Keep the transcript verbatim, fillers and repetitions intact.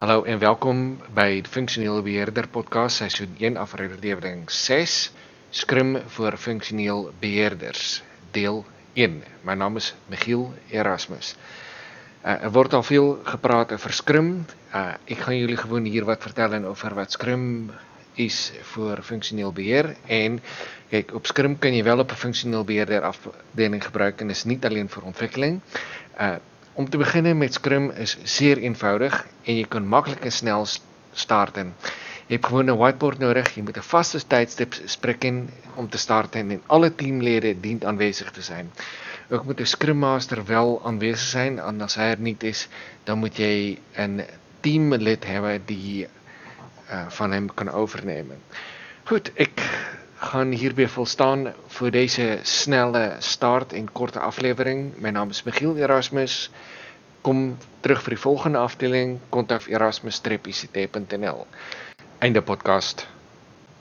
Hallo en welkom by die Funksionele Beheerder podcast, seisoen een aflewering ses, Scrum vir funksioneel beheerders, deel een. My naam is Michiel Erasmus. Uh, er word al veel gepraat oor Scrum. Uh, ek gaan julle gewoon hier wat vertel oor wat Scrum is vir funksioneel beheer. En kyk, op Scrum kan jy wel op 'n funksioneel beheerder afdeling gebruik en is nie alleen vir ontwikkeling. Uh, Om te beginnen met Scrum is zeer eenvoudig en je kunt makkelijk en snel starten. Je hebt gewoon een whiteboard nodig, je moet een vaste tijdstip spreken om te starten en alle teamleden dient aanwezig te zijn. Ook moet de Scrum Master wel aanwezig zijn en als hij er niet is, dan moet je een teamlid hebben die uh, van hem kan overnemen. Goed, ik gaan hierbij volstaan voor deze snelle start en korte aflevering. Mijn naam is Michiel Erasmus. Kom terug voor de volgende afdeling. Contact erasmus streep i c t punt n l. Einde podcast.